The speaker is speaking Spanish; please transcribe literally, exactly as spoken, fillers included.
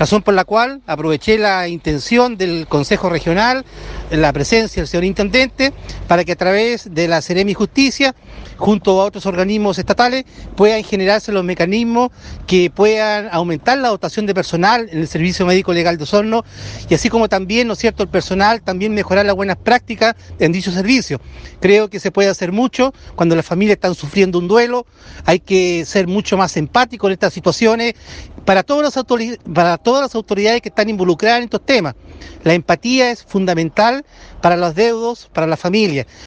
razón por la cual aproveché la intención del Consejo Regional, la presencia del señor Intendente, para que a través de la Seremi Justicia, junto a otros organismos estatales, puedan generarse los mecanismos que puedan aumentar la dotación de personal en el Servicio Médico Legal de Osorno, y así como también, ¿no es cierto?, el personal también mejorar las buenas prácticas en dicho servicio. Creo que se puede hacer mucho cuando las familias están sufriendo un duelo, hay que ser mucho más empáticos en estas situaciones para todas las autoridades, para todas las autoridades que están involucradas en estos temas. La empatía es fundamental para los deudos, para la familia.